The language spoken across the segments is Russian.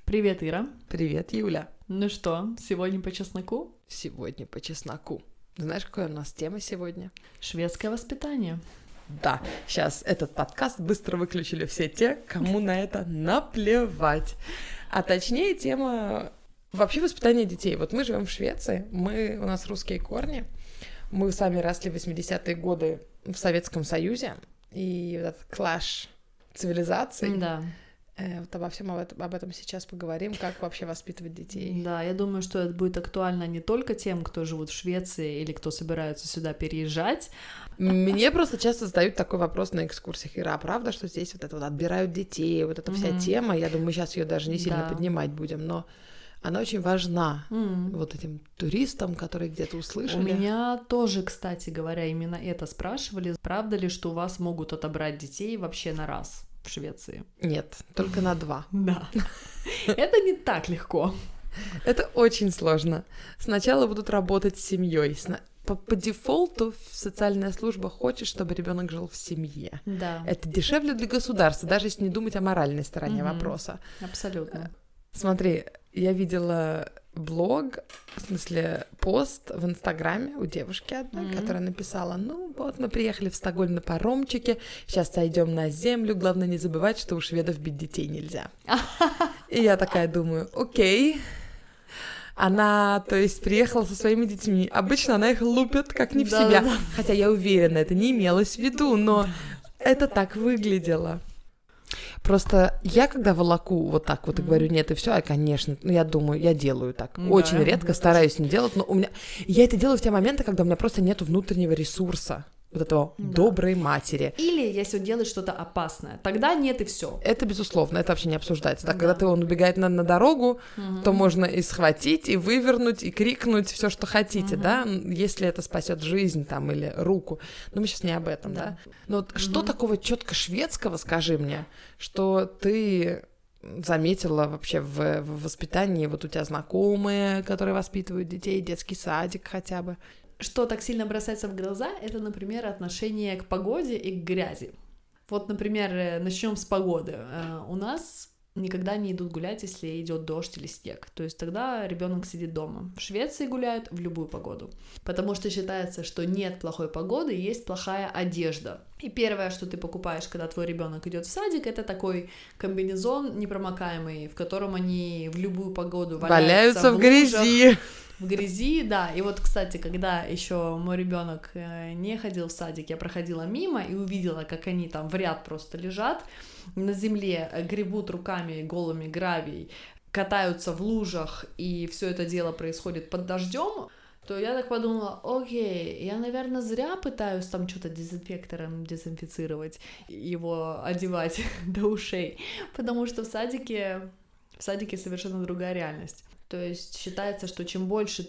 Привет, Ира. Привет, Юля. Ну что, сегодня по чесноку? Сегодня по чесноку. Знаешь, какая у нас тема сегодня? Шведское воспитание. Да, сейчас этот подкаст быстро выключили все те, кому на это наплевать. А точнее, тема вообще воспитания детей. Вот мы живем в Швеции, у нас русские корни, мы сами росли в 80-е годы в Советском Союзе, и вот этот клэш цивилизаций. Да. Вот обо всем об этом сейчас поговорим, как вообще воспитывать детей. Да, я думаю, что это будет актуально не только тем, кто живут в Швеции или кто собирается сюда переезжать. Мне просто часто задают такой вопрос на экскурсиях: Ира, правда, что здесь вот это вот отбирают детей, вот эта вся тема, я думаю, мы сейчас ее даже не сильно поднимать будем, но она очень важна вот этим туристам, которые где-то услышали. У меня тоже, кстати говоря, именно это спрашивали. Правда ли, что у вас могут отобрать детей вообще на раз в Швеции? Нет, только на 2. Да. Это не так легко. Это очень сложно. Сначала будут работать с семьей. По дефолту социальная служба хочет, чтобы ребенок жил в семье. Да. Это дешевле для государства, даже если не думать о моральной стороне вопроса. Абсолютно. Смотри, я видела блог, в смысле пост в Инстаграме у девушки одной, которая написала: ну вот, мы приехали в Стокгольм на паромчике, сейчас сойдем на землю, главное не забывать, что у шведов бить детей нельзя. И я такая думаю: окей. Она, то есть, приехала со своими детьми. Обычно она их лупит, как не в себя. Да. Хотя я уверена, это не имелось в виду, но это так выглядело. Просто я, когда волоку вот так вот и говорю: нет, и все, я, конечно, я думаю, я делаю так. Очень редко стараюсь не делать, но я это делаю в те моменты, когда у меня просто нет внутреннего ресурса. Вот этого доброй матери. Или если он делает что-то опасное, тогда нет и все. Это безусловно, это вообще не обсуждается. Так, когда он убегает на дорогу, то можно и схватить, и вывернуть, и крикнуть все, что хотите, да, если это спасет жизнь там или руку. Но мы сейчас не об этом, да. Но вот что такого четко шведского, скажи мне, что ты заметила вообще в воспитании? Вот у тебя знакомые, которые воспитывают детей, детский садик хотя бы. Что так сильно бросается в глаза, это, например, отношение к погоде и к грязи. Вот, например, начнем с погоды. У нас никогда не идут гулять, если идет дождь или снег. То есть тогда ребенок сидит дома. В Швеции гуляют в любую погоду. Потому что считается, что нет плохой погоды, есть плохая одежда. И первое, что ты покупаешь, когда твой ребенок идет в садик, это такой комбинезон непромокаемый, в котором они в любую погоду валяются в грязи. В грязи, да. И вот, кстати, когда еще мой ребенок не ходил в садик, я проходила мимо и увидела, как они там в ряд просто лежат на земле, гребут руками голыми гравий, катаются в лужах, и все это дело происходит под дождем, то я так подумала: окей, я, наверное, зря пытаюсь там что-то дезинфектором дезинфицировать, его одевать до ушей, потому что в садике совершенно другая реальность. То есть считается, что чем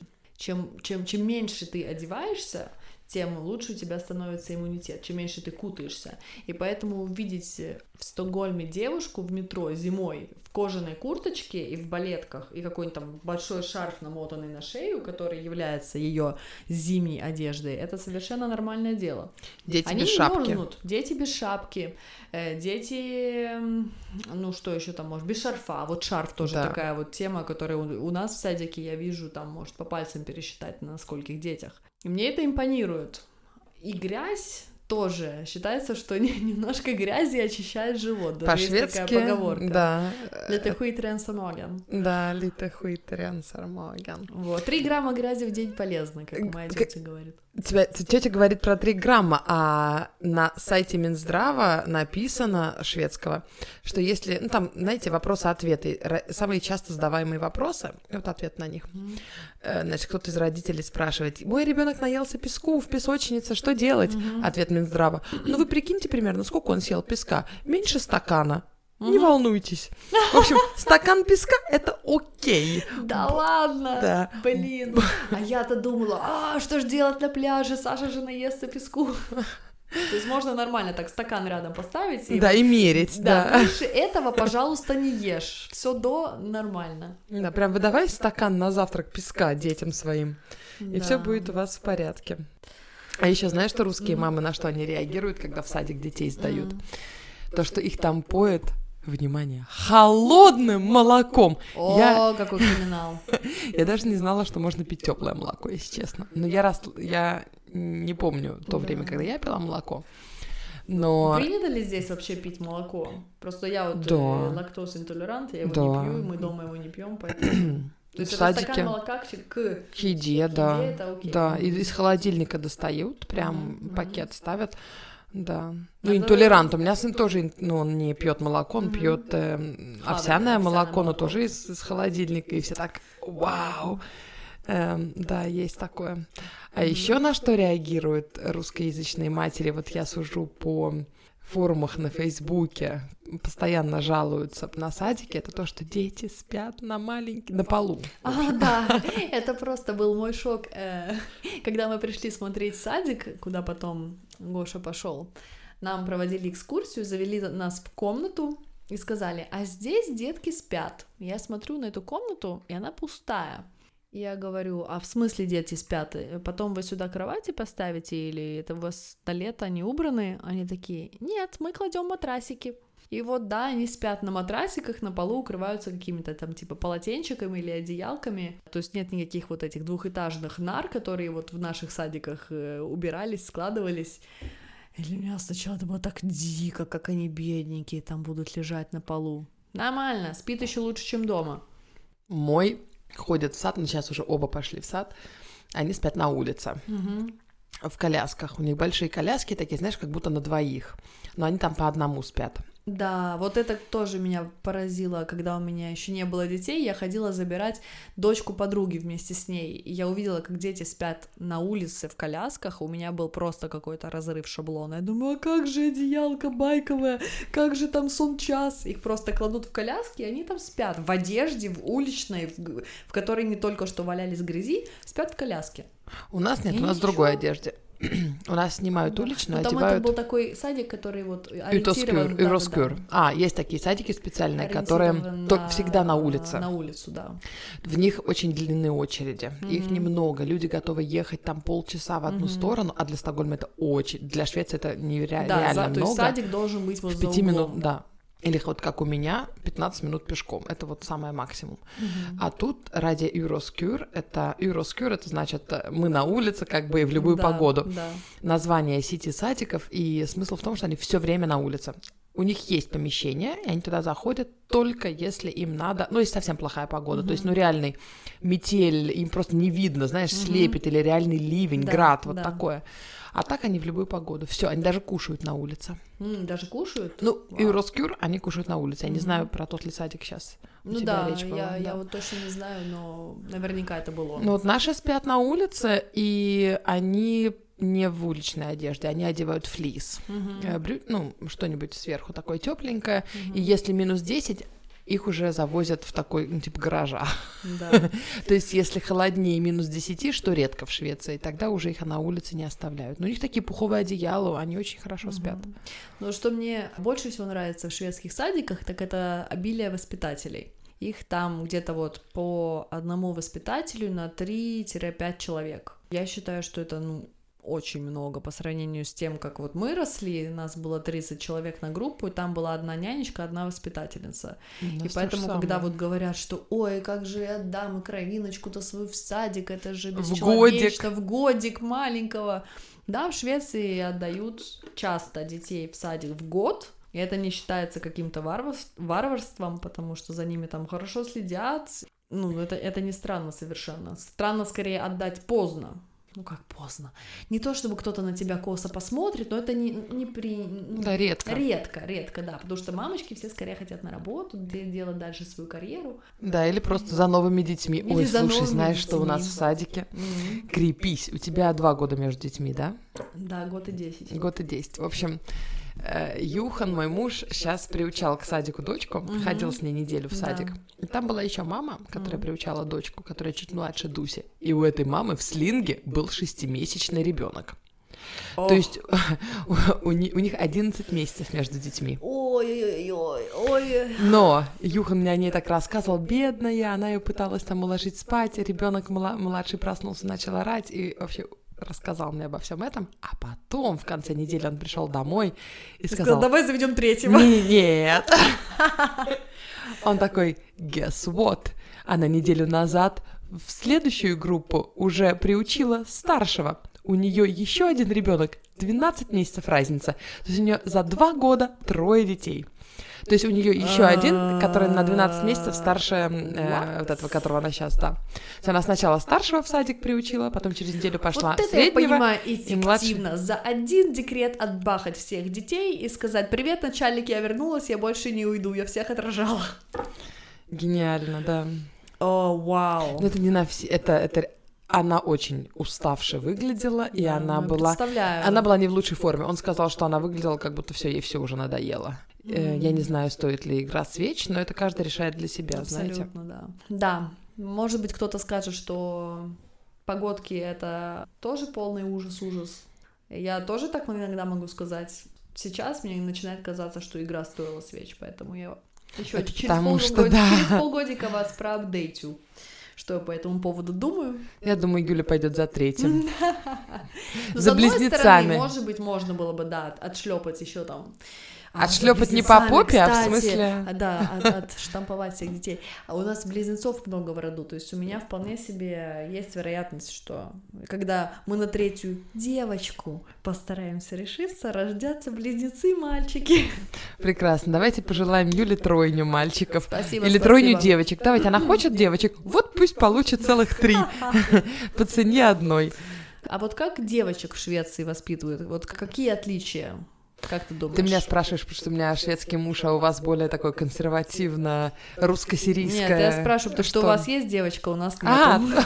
меньше ты одеваешься, тем лучше у тебя становится иммунитет, чем меньше ты кутаешься. И поэтому увидеть в Стокгольме девушку в метро зимой в кожаной курточке и в балетках, и какой-нибудь там большой шарф, намотанный на шею, который является ее зимней одеждой, это совершенно нормальное дело. Дети без шапки. Они мерзнут, дети без шапки, дети, ну что еще там может, без шарфа. Вот шарф тоже такая вот тема, которая у нас в садике, я вижу, там может по пальцам пересчитать, на скольких детях. И мне это импонирует. И грязь тоже. Считается, что немножко грязи очищает живот. Даже есть такая поговорка. Да. Lite skit rensar magen. Да, lite skit rensar magen. Вот. 3 грамма грязи в день полезно, как моя тетя говорит. Тетя говорит про 3 грамма, а на сайте Минздрава написано шведского, что если, ну там, знаете, вопросы-ответы, самые часто задаваемые вопросы, вот ответ на них. Значит, кто-то из родителей спрашивает: мой ребенок наелся песку в песочнице, что делать? Ответ Минздрава: ну вы прикиньте примерно, сколько он съел песка, меньше стакана. Не волнуйтесь. В общем, стакан песка — это окей. Да ладно? Да. Блин. А я-то думала: что ж делать на пляже? Саша же наестся песку. То есть можно нормально так стакан рядом поставить. Да, и мерить, да. Больше этого, пожалуйста, не ешь. Все до нормально. Да, прям выдавай стакан на завтрак песка детям своим, и все будет у вас в порядке. А еще знаешь, что русские мамы на что они реагируют, когда в садик детей сдают? То, что их там поят внимание, холодным молоком. О, какой криминал. Я даже не знала, что можно пить теплое молоко, если честно. Но я не помню то время, когда я пила молоко. Но... Принято ли здесь вообще пить молоко? Просто я вот лактоз-интолерант, я его не пью, и мы дома его не пьем, поэтому... То есть это стакан молока к еде, да. Это окей. Да, и из холодильника достают, прям пакет ставят. Да. Ну, интолерант. У меня сын тоже, он не пьет молоко, он пьет овсяное молоко, но тоже из холодильника, и все так, вау. Да, есть такое. А еще на что реагируют русскоязычные матери? Вот я сужу по форумах на Фейсбуке, постоянно жалуются на садике, это то, что дети спят на полу. Да, это просто был мой шок. Когда мы пришли смотреть садик, куда потом Гоша пошел, нам проводили экскурсию, завели нас в комнату и сказали, а здесь детки спят. Я смотрю на эту комнату, и она пустая. Я говорю, а в смысле дети спят? Потом вы сюда кровати поставите или это у вас на лето они убраны? Они такие, нет, мы кладем матрасики. И вот да, они спят на матрасиках, на полу укрываются какими-то там типа полотенчиками или одеялками. То есть нет никаких вот этих двухэтажных нар, которые вот в наших садиках убирались, складывались. И для меня сначала это было так дико, как они бедненькие там будут лежать на полу. Нормально, спит еще лучше, чем дома. Мой ходят в сад, но сейчас уже оба пошли в сад, они спят на улице, в колясках. У них большие коляски такие, знаешь, как будто на двоих, но они там по одному спят. Да, вот это тоже меня поразило, когда у меня еще не было детей, я ходила забирать дочку подруги вместе с ней, и я увидела, как дети спят на улице в колясках, у меня был просто какой-то разрыв шаблона, я думаю, а как же одеялка байковая, как же там сон-час, их просто кладут в коляски, и они там спят в одежде, в уличной, в которой не только что валялись в грязи, спят в коляске. У нас нет, у нас в другой одежде. У нас снимают уличную, там одевают... это был такой садик, который вот ориентирован... Юроскюр. Есть такие садики специальные, которые всегда на улице. На улицу, да. В них очень длинные очереди. Их немного. Люди готовы ехать там полчаса в одну сторону, а для Стокгольма это очень... Для Швеции это нереально много. То есть садик должен быть вот за 5 минут, да. Или вот как у меня, 15 минут пешком. Это вот самое максимум. А тут ради Юроскюр, это значит, мы на улице как бы и в любую погоду. Да. Название сети садиков, и смысл в том, что они все время на улице. У них есть помещение, и они туда заходят только если им надо, если совсем плохая погода, то есть, реальный метель, им просто не видно, знаешь, слепит, или реальный ливень, град, вот такое. А так они в любую погоду. Все, они даже кушают на улице. Даже кушают? Юроскюр, они кушают на улице. Я не знаю, про тот ли садик сейчас у тебя речь была. Я вот точно не знаю, но наверняка это было. Вот наши спят на улице, и они не в уличной одежде, они одевают флис. Что-нибудь сверху такое тепленькое. И если минус 10, их уже завозят в такой, типа гаража. Да. То есть, если холоднее минус 10, что редко в Швеции, тогда уже их на улице не оставляют. Но у них такие пуховые одеяла, они очень хорошо спят. Но что мне больше всего нравится в шведских садиках, так это обилие воспитателей. Их там где-то вот по одному воспитателю на 3-5 человек. Я считаю, что это, очень много по сравнению с тем, как вот мы росли, нас было 30 человек на группу, и там была одна нянечка, одна воспитательница. И поэтому, когда вот говорят, что ой, как же я отдам кровиночку-то свою в садик, это же бесчеловечно, в годик маленького. Да, в Швеции отдают часто детей в садик в год, и это не считается каким-то варварством, потому что за ними там хорошо следят. Это не странно совершенно. Странно скорее отдать поздно. Как поздно. Не то, чтобы кто-то на тебя косо посмотрит, но это редко. Редко, да, потому что мамочки все скорее хотят на работу, делать дальше свою карьеру. Да, или просто за новыми детьми. Или ой, слушай, знаешь, что у нас в садике? Крепись. У тебя 2 года между детьми, да? Да, год и 10. Год и 10. В общем, Юхан, мой муж, сейчас приучал к садику дочку, ходил с ней неделю в садик. И там была еще мама, которая приучала дочку, которая чуть младше Дуси. И у этой мамы в слинге был 6-месячный ребенок. То есть у них 11 месяцев между детьми. Ой. Но Юхан мне о ней так рассказывал, бедная, она ее пыталась там уложить спать, ребенок младший проснулся, начал орать, и вообще рассказал мне обо всем этом, а потом в конце недели он пришел домой и Ты сказал: давай заведем третьего. Нет. Он такой: guess what? Она неделю назад в следующую группу уже приучила старшего. У нее еще один ребенок, 12 месяцев разница. То есть у нее за 2 года 3 детей. То есть у нее еще один, который на 12 месяцев старше вот этого, которого она сейчас, да. То есть она сначала старшего в садик приучила, потом через неделю пошла вот это среднего. Я понимаю, и младшего. эффективно. За один декрет отбахать всех детей и сказать: привет, начальник, я вернулась, я больше не уйду, я всех отражала. Гениально, да. О, вау. Но это не на все, это она очень уставше выглядела, и она была не в лучшей форме. Он сказал, что она выглядела, как будто ей все уже надоело. Я не знаю, стоит ли игра свеч, но это каждый решает для себя, знаете. Абсолютно, да. Да, может быть, кто-то скажет, что погодки — это тоже полный ужас. Я тоже так иногда могу сказать. Сейчас мне начинает казаться, что игра стоила свеч, поэтому я еще через полгодика вас проапдейтю, что я по этому поводу думаю. Я думаю, Юля пойдет за третьим. За близнецами. Может быть, можно было бы, да, отшлепать еще там. Отшлепать не по попе, кстати, а в смысле... Да, отштамповать всех детей. А у нас близнецов много в роду, то есть у меня вполне себе есть вероятность, что когда мы на 3-ю девочку постараемся решиться, рождятся близнецы-мальчики. Прекрасно. Давайте пожелаем Юле 3 мальчиков. Спасибо, или 3 девочек. Давайте, она хочет девочек, вот пусть получит целых 3 по цене одной. А вот как девочек в Швеции воспитывают? Вот какие отличия? Как ты думаешь? Ты меня спрашиваешь, потому что у меня шведский муж, а у вас более такой консервативно русско-сирийское. Нет, я спрашиваю, потому что у вас есть девочка, у нас нет.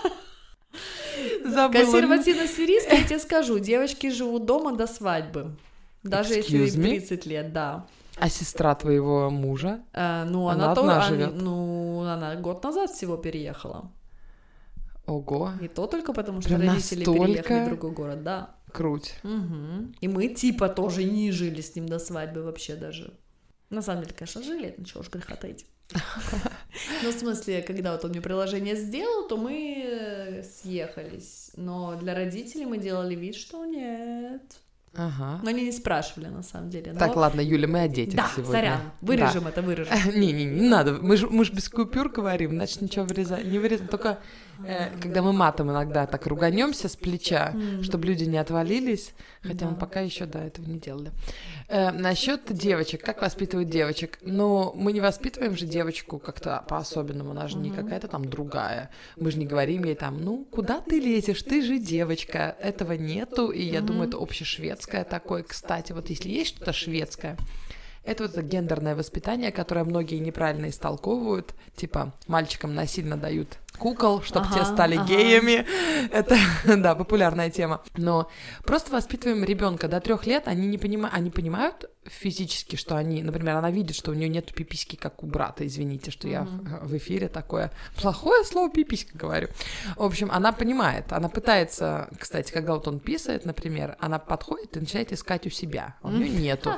Консервативно-сирийское, я тебе скажу, девочки живут дома до свадьбы. Даже если им 30 лет, да. А сестра твоего мужа? Она одна живет? Она год назад всего переехала. Ого. И то только потому, что родители переехали в другой город, да. Круть. Угу. И мы типа тоже не жили с ним до свадьбы вообще даже. На самом деле, конечно, жили, ну чего уж греха таить. Ну, в смысле, когда вот он мне приложение сделал, то мы съехались. Но для родителей мы делали вид, что нет. Ага. Но они не спрашивали, на самом деле. Так, ладно, Юля, мы о детях сегодня. Сорян, вырежем это, вырежем. Не надо, мы ж без купюр говорим, значит, ничего не вырезаем, только когда мы матом иногда так руганемся с плеча, чтобы люди не отвалились, хотя мы пока еще, этого не делали. Насчет девочек, как воспитывают девочек? Ну, мы не воспитываем же девочку как-то по-особенному, она же не какая-то там другая. Мы же не говорим ей там: ну, куда ты лезешь, ты же девочка. Этого нету, и я думаю, это общешведское такое. Кстати, вот если есть что-то шведское, это вот это гендерное воспитание, которое многие неправильно истолковывают, типа мальчикам насильно дают кукол, чтобы те стали геями. Это, да, популярная тема. Но просто воспитываем ребенка до 3 лет, они понимают физически, что они, например, она видит, что у нее нет пиписьки, как у брата, извините, что я в эфире такое плохое слово пиписька говорю. В общем, она понимает, она пытается, кстати, когда вот он писает, например, она подходит и начинает искать у себя, у нее нету.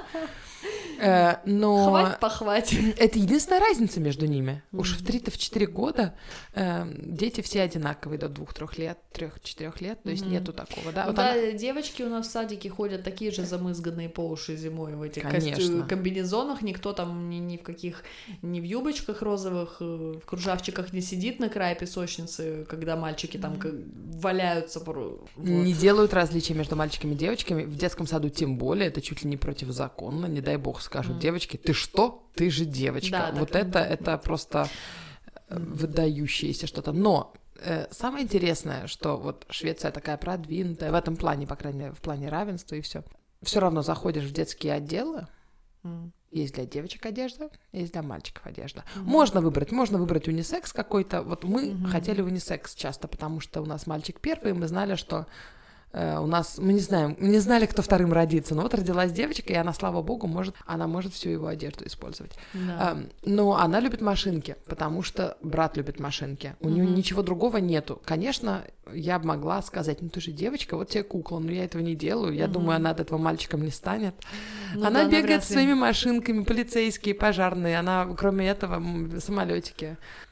Но Хватит. Это единственная разница между ними. Уж в 3-4 года дети все одинаковые до 2-3 лет, 3-4 лет, то есть нету такого, да? Ну, вот девочки у нас в садике ходят такие же замызганные по уши зимой в этих комбинезонах, никто там ни в каких, ни в юбочках розовых, в кружавчиках не сидит на крае песочницы, когда мальчики там валяются. Вот. Не делают различия между мальчиками и девочками, в детском саду тем более, это чуть ли не противозаконно, не дай бог скажут девочки: ты что? Ты же девочка. Да, вот это просто выдающееся что-то. Но самое интересное, что вот Швеция такая продвинутая в этом плане, по крайней мере, в плане равенства и все. Все равно заходишь в детские отделы, есть для девочек одежда, есть для мальчиков одежда. Можно выбрать унисекс какой-то. Вот мы хотели унисекс часто, потому что у нас мальчик первый, и мы знали, что у нас, мы не знали, кто вторым родится, но вот родилась девочка, и она, слава богу, может всю его одежду использовать. Да. Но она любит машинки, потому что брат любит машинки. У нее ничего другого нету. Конечно, я бы могла сказать: ну ты же девочка, вот тебе кукла, но я этого не делаю. Я думаю, она от этого мальчиком не станет. Она бегает своими машинками, полицейские, пожарные. Она, кроме этого, самолетики.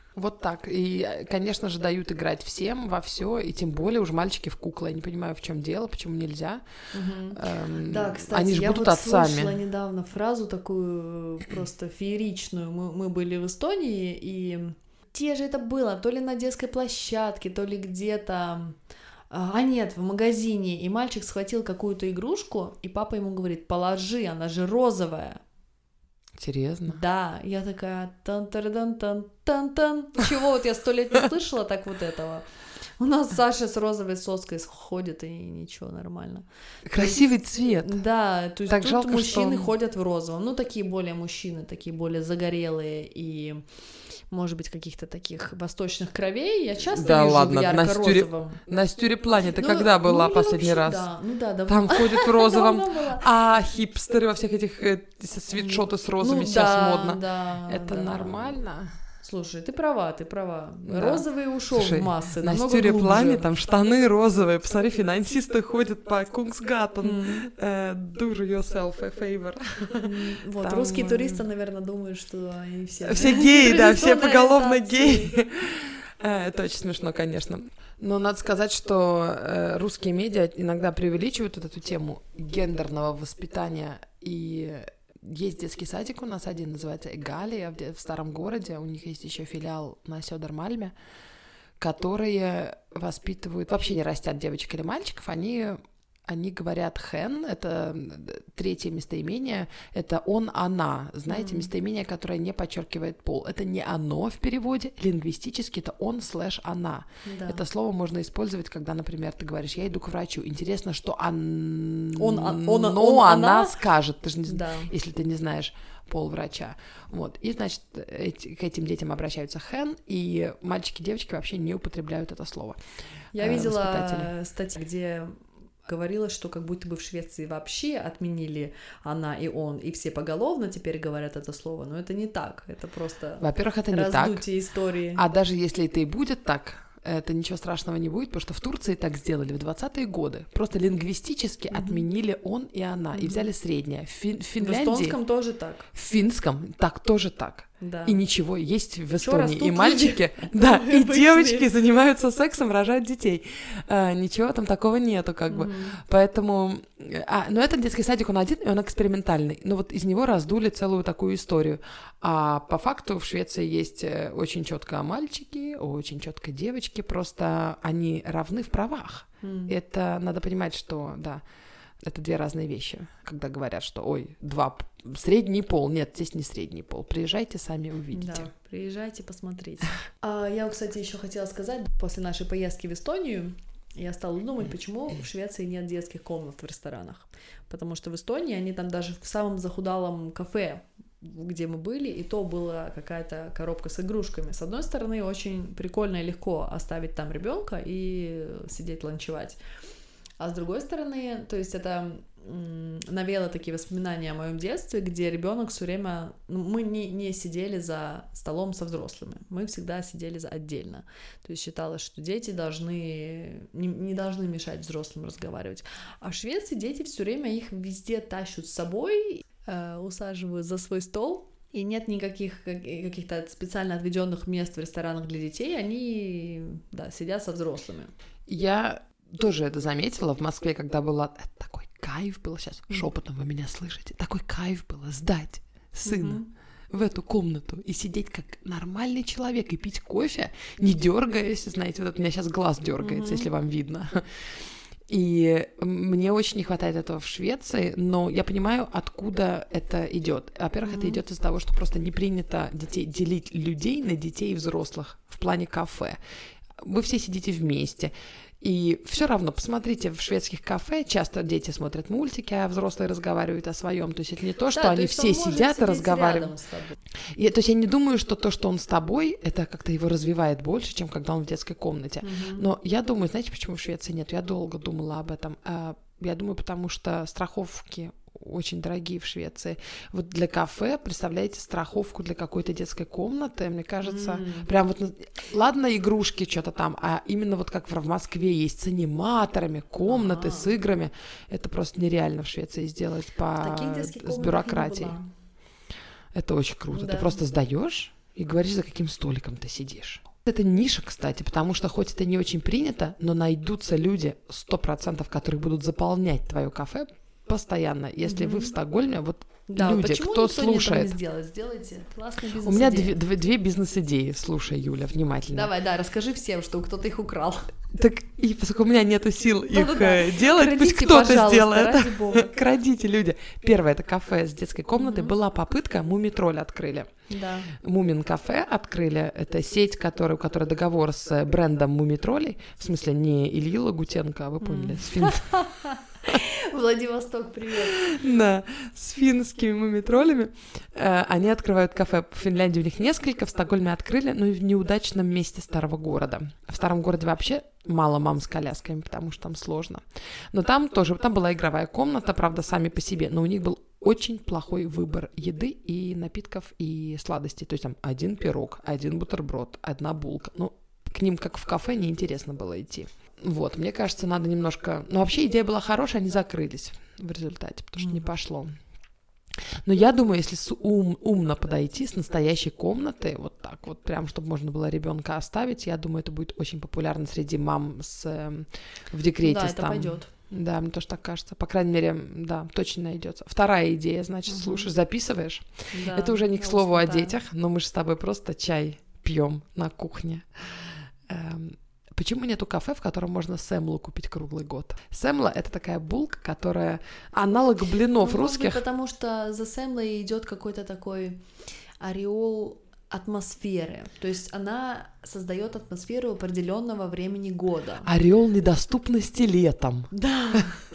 Вот так. И, конечно же, дают играть всем во все, и тем более уже мальчики в куклы. Я не понимаю, в чем дело, почему нельзя. Да, кстати, они же я будут вот отцами. слышала недавно фразу такую просто фееричную. Мы были в Эстонии, и где же это было? То ли на детской площадке, то ли где-то... нет, в магазине. И мальчик схватил какую-то игрушку, и папа ему говорит: положи, она же розовая. Интересно. Да, я такая тан-тан-тан-тан-тан. Чего вот я 100 лет не слышала так вот этого. У нас Саша с розовой соской ходит, и ничего, нормально. Красивый цвет. Да, то есть так тут жалко, мужчины что... ходят в розовом. Ну, такие более мужчины, такие более загорелые и, может быть, каких-то таких восточных кровей. Я часто да, вижу ладно, в ярко-розовом. На Стюреплане ты когда была последний раз? Да, ну да, давно. Там ходят в розовом. Давно была. А хипстеры во всех этих свитшоты с розами сейчас модно. Да, это нормально? Слушай, ты права. Да. Розовый ушел в массы. На Стюреплане там штаны розовые. Посмотри, финансисты ходят по Кунгсгаттен. Do yourself a favor. Вот, там... русские туристы, наверное, думают, что они все... Все геи, да, все поголовно геи. Это очень смешно, конечно. Но надо сказать, что русские медиа иногда преувеличивают вот эту тему гендерного воспитания. И есть детский садик у нас один, называется Эгалия, в старом городе. У них есть еще филиал на Сёдермальме, которые воспитывают, вообще не растят девочек или мальчиков, они говорят «хэн», это третье местоимение, это «он», «она», знаете, местоимение, которое не подчеркивает пол. Это не «оно» в переводе, лингвистически это «он/она». Да. Это слово можно использовать, когда, например, ты говоришь «я иду к врачу», интересно, что она скажет, ты же не, если ты не знаешь пол врача. Вот. И, значит, к этим детям обращаются «хэн», и мальчики и девочки вообще не употребляют это слово. Я видела статьи, где... говорилось, что как будто бы в Швеции вообще отменили «она» и «он», и все поголовно теперь говорят это слово, но это не так, это просто во-первых, это не раздутие истории. А даже если это и будет так, это ничего страшного не будет, потому что в Турции так сделали в 20-е годы. Просто лингвистически отменили «он» и «она» и взяли среднее. В Финляндии... В эстонском тоже так. В финском тоже так. Да. И ничего, есть в Эстонии и мальчики, да, и девочки занимаются сексом, рожают детей. Ничего там такого нету, как бы. Поэтому... но этот детский садик, он один, и он экспериментальный. Но вот из него раздули целую такую историю. А по факту в Швеции есть очень четко мальчики, очень четко девочки, просто они равны в правах. Это надо понимать, что, да, это две разные вещи, когда говорят, что, ой, средний пол. Нет, здесь не средний пол. Приезжайте, сами увидите. Да, приезжайте, посмотрите. Я, кстати, еще хотела сказать, после нашей поездки в Эстонию я стала думать, почему в Швеции нет детских комнат в ресторанах. Потому что в Эстонии они там даже в самом захудалом кафе, где мы были, и то была какая-то коробка с игрушками. С одной стороны, очень прикольно и легко оставить там ребенка и сидеть ланчевать. А с другой стороны, то есть это навело такие воспоминания о моем детстве, где ребенок все время... мы не сидели за столом со взрослыми, мы всегда сидели отдельно. То есть считалось, что дети не должны мешать взрослым разговаривать. А в Швеции дети все время их везде тащат с собой, усаживают за свой стол, и нет никаких каких-то специально отведенных мест в ресторанах для детей, они, да, сидят со взрослыми. Я тоже это заметила в Москве, когда была... Такой кайф был, сейчас шепотом вы меня слышите, такой кайф было сдать сына в эту комнату и сидеть как нормальный человек и пить кофе, не дергаясь, знаете, вот у меня сейчас глаз дергается, если вам видно. И мне очень не хватает этого в Швеции, но я понимаю, откуда это идет. Во-первых, это идет из-за того, что просто не принято делить людей на детей и взрослых в плане кафе. Вы все сидите вместе. И все равно, посмотрите, в шведских кафе часто дети смотрят мультики, а взрослые разговаривают о своем. То есть это не то, что они все сидят и разговаривают. То есть я не думаю, что то, что он с тобой, это как-то его развивает больше, чем когда он в детской комнате. Но я думаю, знаете, почему в Швеции нет? Я долго думала об этом. Я думаю, потому что страховки очень дорогие в Швеции. Вот для кафе, представляете, страховку для какой-то детской комнаты, мне кажется, прям вот, ладно, игрушки что-то там, а именно вот как в Москве есть с аниматорами, комнаты с играми, это просто нереально в Швеции сделать с бюрократией. Это очень круто. Да. Ты просто сдаешь и говоришь, за каким столиком ты сидишь. Это ниша, кстати, потому что хоть это не очень принято, но найдутся люди 100%, которые будут заполнять твое кафе постоянно. Если вы в Стокгольме, вот да, люди, кто слушает. Сделайте классный бизнес. У меня две бизнес-идеи. Слушай, Юля, внимательно. Давай, да, расскажи всем, что кто-то их украл. Так, и поскольку у меня нету сил их делать, пусть кто-то сделает. Крадите, люди. Первое, это кафе с детской комнатой. Была попытка, Мумитроль открыли. Да. Мумин кафе открыли. Это сеть, у которой договор с брендом Мумитролей. В смысле, не Ильи Лагутенко, а вы поняли, с Владивосток, привет. Да, с финскими мумитролями. Они открывают кафе. В Финляндии у них несколько, в Стокгольме открыли, но и в неудачном месте старого города. В старом городе вообще мало мам с колясками, потому что там сложно. Но там была игровая комната, правда, сами по себе, но у них был очень плохой выбор еды и напитков и сладостей. То есть там один пирог, один бутерброд, одна булка. Ну, к ним, как в кафе, неинтересно было идти. Вот, мне кажется, надо немножко... Ну, вообще идея была хорошая, они закрылись в результате, потому что не пошло. Но я думаю, если умно подойти с настоящей комнатой, вот так вот, прям, чтобы можно было ребенка оставить, я думаю, это будет очень популярно среди мам в декрете. Да, это пойдет. Да, мне тоже так кажется. По крайней мере, да, точно найдется. Вторая идея, значит, слушаешь, записываешь. Да, это уже не к слову о детях, но мы же с тобой просто чай пьем на кухне. Почему нету кафе, в котором можно сэмлу купить круглый год? Сэмла — это такая булка, которая аналог блинов русских. Может быть, потому что за сэмлой идет какой-то такой ореол атмосферы. То есть она создает атмосферу определенного времени года. Ореол недоступности летом. Да.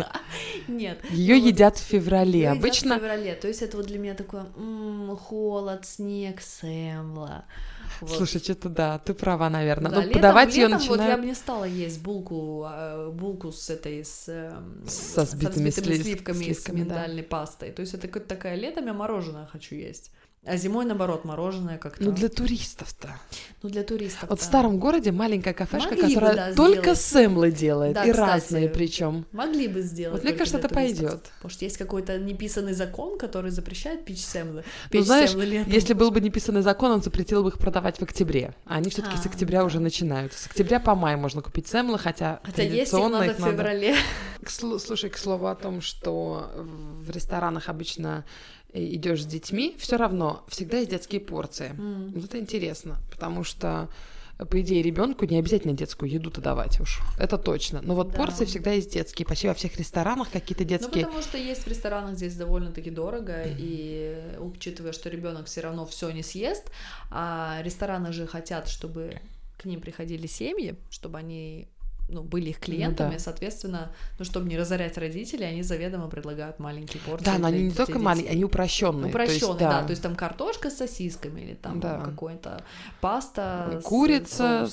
Нет. Ее едят в феврале. Обычно. В феврале. То есть это вот для меня такое холод, снег, сэмла. Вот. Слушай, что-то да, ты права, наверное. Да, но подавать ее начинают... Вот я бы не стала есть булку с этой со сбитыми сливками и с миндальной пастой. То есть это какое-то такое летом я мороженое хочу есть. А зимой, наоборот, мороженое как-то... Ну, для туристов-то. Вот в старом городе маленькая кафешка, которая только сэмлы делает, и кстати, разные причем. Могли бы сделать. Вот мне кажется, это пойдет. Потому что есть какой-то неписанный закон, который запрещает печь сэмлы. Ну, знаешь, если был бы неписанный закон, он запретил бы их продавать в октябре. А они все-таки с октября уже начинаются. С октября по май можно купить сэмлы, хотя традиционно есть их надо в феврале. Слушай, к слову о том, что в ресторанах обычно идешь с детьми, все равно всегда есть детские порции. Вот это интересно, потому что, по идее, ребенку не обязательно детскую еду-то давать уж. Это точно. Но вот порции всегда есть детские. Почти во всех ресторанах какие-то детские. Ну, потому что есть в ресторанах здесь довольно-таки дорого, и учитывая, что ребенок все равно все не съест, а рестораны же хотят, чтобы к ним приходили семьи, чтобы они были их клиентами, соответственно, чтобы не разорять родителей, они заведомо предлагают маленькие порции. Да, но они не только маленькие, они упрощенные. То есть там картошка с сосисками или там какой-то паста курица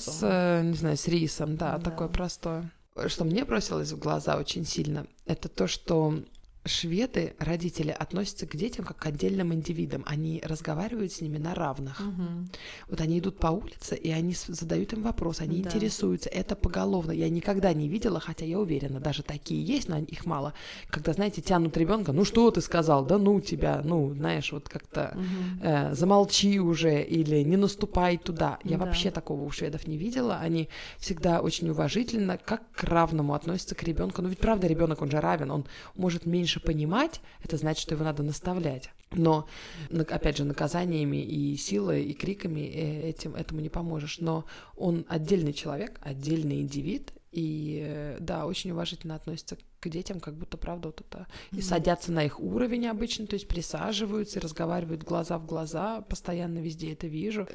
с рисом, такое простое. Что мне бросилось в глаза очень сильно, это то, что шведы, родители, относятся к детям как к отдельным индивидам. Они разговаривают с ними на равных. Вот они идут по улице, и они задают им вопросы, они интересуются. Это поголовно. Я никогда не видела, хотя я уверена, даже такие есть, но их мало. Когда, знаете, тянут ребенка, ну что ты сказал, да ну тебя, знаешь, вот как-то замолчи уже, или не наступай туда. Я вообще такого у шведов не видела. Они всегда очень уважительно, как к равному относятся к ребенку. Но ведь правда ребенок, он же равен, он может меньше понимать, это значит, что его надо наставлять. Но, опять же, наказаниями и силой, и криками этому не поможешь. Но он отдельный человек, отдельный индивид, и, да, очень уважительно относится к детям, как будто, правда, вот это... И садятся на их уровень обычно, то есть присаживаются и разговаривают глаза в глаза, постоянно везде это вижу.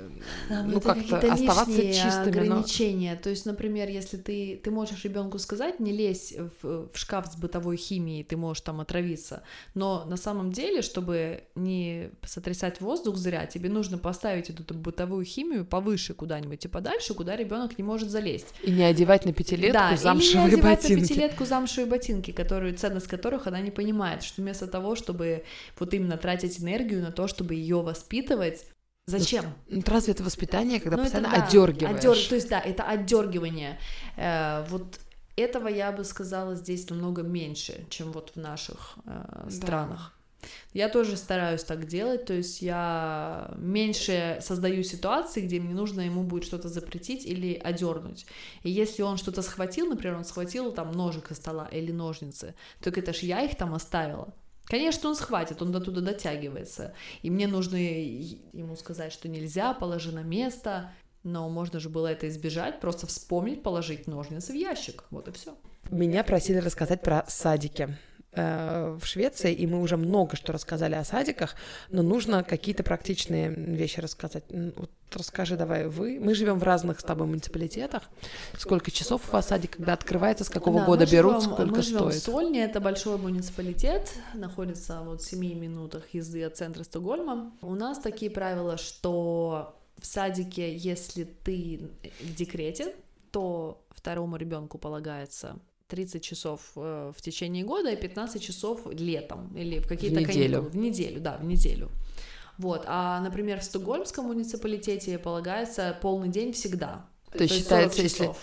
Как-то оставаться чистыми. Ограничения. То есть, например, если ты можешь ребенку сказать, не лезь в шкаф с бытовой химией, ты можешь там отравиться, но на самом деле, чтобы не сотрясать воздух зря, тебе нужно поставить эту бытовую химию повыше куда-нибудь и подальше, куда ребенок не может залезть. И не одевать на пятилетку замшевые ботинки. На пятилетку замшевые ботинки, ценность которых она не понимает, что вместо того, чтобы вот именно тратить энергию на то, чтобы ее воспитывать, зачем? Разве это воспитание, когда постоянно отдергиваешь? То есть, это отдергивание. Вот этого я бы сказала здесь намного меньше, чем вот в наших странах. Я тоже стараюсь так делать, то есть я меньше создаю ситуации, где мне нужно ему будет что-то запретить или одернуть. И если он что-то схватил, например, он схватил там ножик со стола или ножницы, так это ж я их там оставила. Конечно, он схватит, он до туда дотягивается, и мне нужно ему сказать, что нельзя, положи на место, но можно же было это избежать, просто вспомнить, положить ножницы в ящик, вот и все. Меня просили рассказать про садики в Швеции, и мы уже много что рассказали о садиках, но нужно какие-то практичные вещи рассказать. Вот расскажи давай мы живем в разных с тобой муниципалитетах. Сколько часов у вас садик, когда открывается, с какого года берут, сколько мы стоит? Мы живем в Сольне, это большой муниципалитет, находится вот в 7 минутах езды от центра Стокгольма. У нас такие правила, что в садике, если ты в декрете, то второму ребенку полагается 30 часов в течение года и 15 часов летом или в какие-то каникулы. В неделю. Вот. А, например, в Стокгольмском муниципалитете полагается полный день всегда. То есть считается,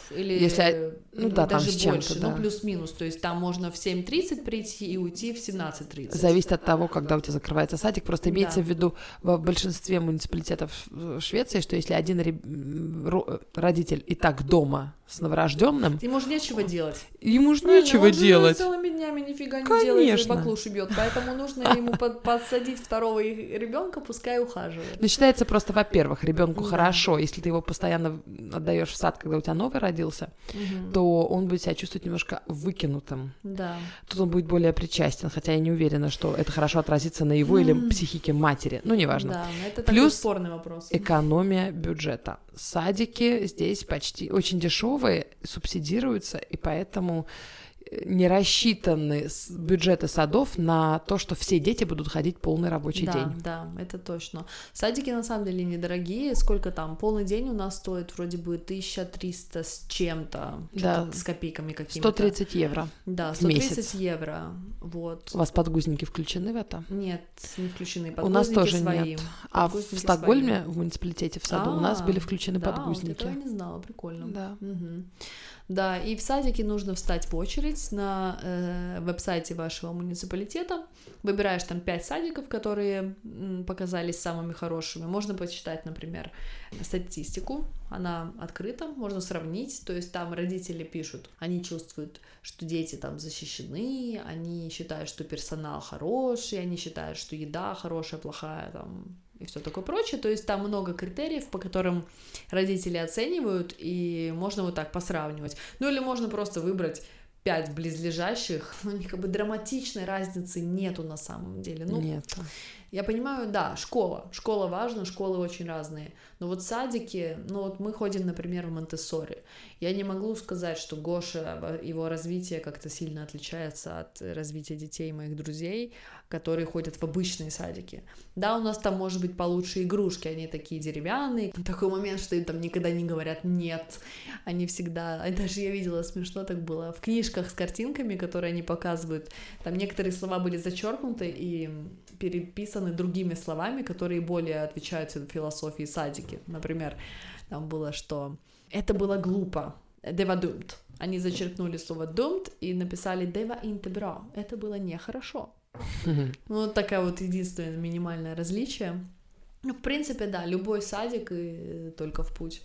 если даже больше, плюс-минус, то есть там можно в 7:30 прийти и уйти в 17:30. Зависит от того, когда у тебя закрывается садик, просто имеется в виду в большинстве муниципалитетов Швеции, что если один родитель и так дома с новорожденным, ему же нечего делать. Ему же нечего делать. Он целыми днями нифига не делает, и баклушу бьет, поэтому нужно ему подсадить второго ребенка, пускай ухаживает. Но считается просто, во-первых, ребенку хорошо, если ты его постоянно отдаешь в сад, когда у тебя новый родился, то он будет себя чувствовать немножко выкинутым. Да. Тут он будет более причастен, хотя я не уверена, что это хорошо отразится на его или психике матери. Ну, неважно. Да, это такой спорный вопрос. Экономия бюджета. Садики здесь почти очень дешевые, субсидируются, и поэтому не рассчитаны бюджеты садов на то, что все дети будут ходить полный рабочий день. Да, это точно. Садики на самом деле недорогие. Сколько там? Полный день у нас стоит вроде бы 1300 с чем-то, с копейками какими-то. 130 евро. Да, 130 евро. Вот. У вас подгузники включены в это? Нет, не включены. Подгузники у нас тоже свои. Нет. А в Стокгольме, в муниципалитете в саду, у нас были включены подгузники. Вот этого я не знала, прикольно. Да. Угу. Да, и в садике нужно встать в очередь на веб-сайте вашего муниципалитета. Выбираешь там 5 садиков, которые показались самыми хорошими. Можно почитать, например, статистику, она открыта, можно сравнить. То есть там родители пишут, они чувствуют, что дети там защищены, они считают, что персонал хороший, они считают, что еда хорошая, плохая, там, и все такое прочее. То есть там много критериев, по которым родители оценивают, и можно вот так посравнивать. Ну или можно просто выбрать 5 близлежащих, у них как бы драматичной разницы нету на самом деле. Ну, нет. Я понимаю, да, школа важна, школы очень разные, но вот садики, ну вот мы ходим, например, в Монтессори, я не могу сказать, что Гоша, его развитие как-то сильно отличается от развития детей моих друзей, которые ходят в обычные садики. Да, у нас там, может быть, получше игрушки, они такие деревянные, такой момент, что им там никогда не говорят «нет», они всегда, даже я видела, смешно так было, в книжках с картинками, которые они показывают, там некоторые слова были зачеркнуты и переписаны другими словами, которые более отвечают философии садики. Например, там было, что это было глупо, det var dumt. Они зачеркнули слово dumt и написали det var inte bra, это было нехорошо. Ну, вот такая вот единственное минимальное различие. Ну, в принципе, да, любой садик и только в путь.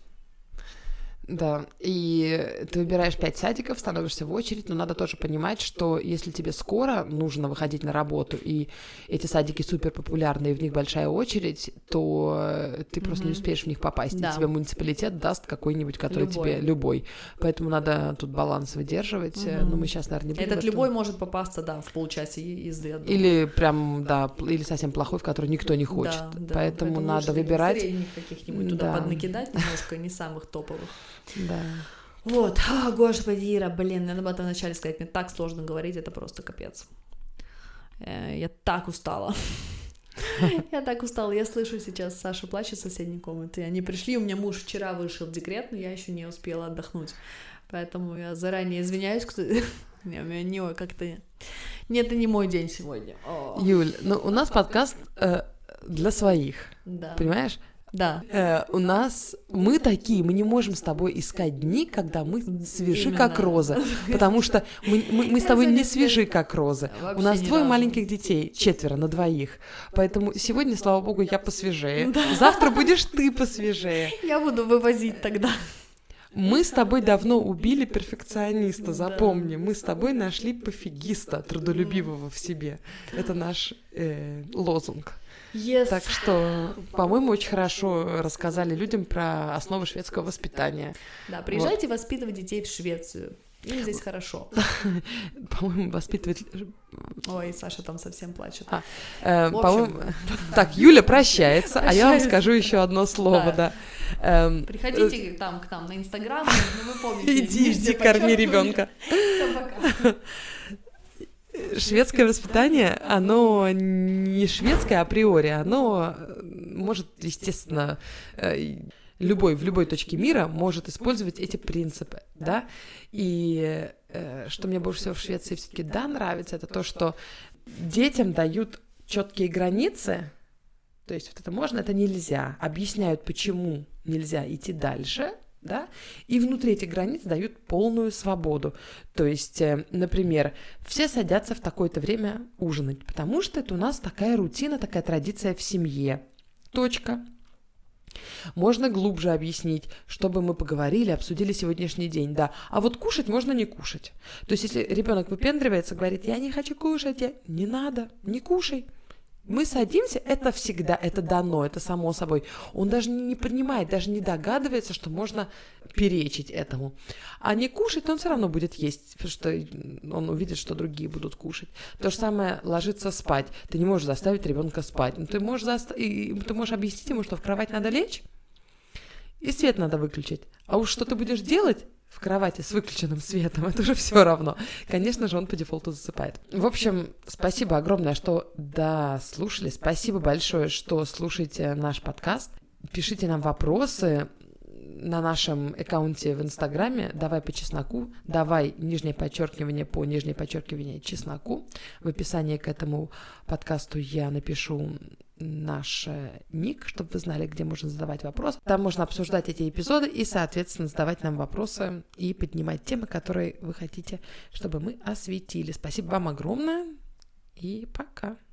Да, и ты выбираешь 5 садиков, становишься в очередь, но надо тоже понимать, что если тебе скоро нужно выходить на работу, и эти садики супер популярны, и в них большая очередь, то ты просто не успеешь в них попасть, да. И тебе муниципалитет даст какой-нибудь, который тебе любой. Поэтому надо тут баланс выдерживать, но мы сейчас, наверное, не будем. Этот любой может попасться, да, в полчаса езды. Или прям, да, или совсем плохой, в который никто не хочет. Да, поэтому надо выбирать. Средних каких-нибудь туда поднакидать немножко, не самых топовых. Да. Вот, господи, Ира, блин, надо было вначале сказать, мне так сложно говорить, это просто капец. Я так устала. Я слышу сейчас, Саша плачет в соседней комнате. Они пришли, у меня муж вчера вышел в декрет, но я еще не успела отдохнуть. Поэтому я заранее извиняюсь, кто... Не, как-то... Нет, это не мой день сегодня. Юль, ну у нас подкаст для своих, да. Понимаешь? Да. У нас мы такие, мы не можем с тобой искать дни, когда мы свежи, Именно. как розы, потому что мы с тобой не свежи, как розы. Вообще У нас ни 2 разу. маленьких детей, 4 на 2, поэтому сегодня, слава богу, я посвежее, завтра будешь ты посвежее. Я буду вывозить тогда. Мы с тобой давно убили перфекциониста, запомни, мы с тобой нашли пофигиста, трудолюбивого в себе. Это наш лозунг. Yes. Так что, по-моему, очень хорошо рассказали людям про основы шведского воспитания. Да, приезжайте воспитывать детей в Швецию. Им здесь хорошо. По-моему, воспитывать... Ой, Саша там совсем плачет. По-моему... Так, Юля прощается, а я вам скажу еще одно слово, да. Приходите там к нам на Инстаграм, ну вы помните. Иди, корми ребенка. Шведское воспитание, оно не шведское априори, оно может, естественно, в любой точке мира может использовать эти принципы, да, и что мне больше всего в Швеции все-таки нравится, это то, что детям дают четкие границы, то есть вот это можно, это нельзя, объясняют, почему нельзя идти дальше, да, и внутри этих границ дают полную свободу. То есть, например, все садятся в такое-то время ужинать, потому что это у нас такая рутина, такая традиция в семье. Точка. Можно глубже объяснить, чтобы мы поговорили, обсудили сегодняшний день, да. А вот кушать можно не кушать. То есть, если ребенок выпендривается, говорит, я не хочу кушать, не надо, не кушай. Мы садимся, это всегда, это дано, это само собой. Он даже не понимает, даже не догадывается, что можно перечить этому. А не кушать, он все равно будет есть, потому что он увидит, что другие будут кушать. То же самое ложиться спать. Ты не можешь заставить ребенка спать. Но ты можешь объяснить ему, что в кровать надо лечь, и свет надо выключить. А уж что ты будешь делать в кровати с выключенным светом, это уже все равно. Конечно же, он по дефолту засыпает. В общем, спасибо огромное, что дослушали. Спасибо большое, что слушаете наш подкаст. Пишите нам вопросы на нашем аккаунте в Инстаграме «Давай по чесноку», «Давай» __ чесноку. В описании к этому подкасту я напишу наш ник, чтобы вы знали, где можно задавать вопросы. Там можно обсуждать эти эпизоды и, соответственно, задавать нам вопросы и поднимать темы, которые вы хотите, чтобы мы осветили. Спасибо вам огромное и пока!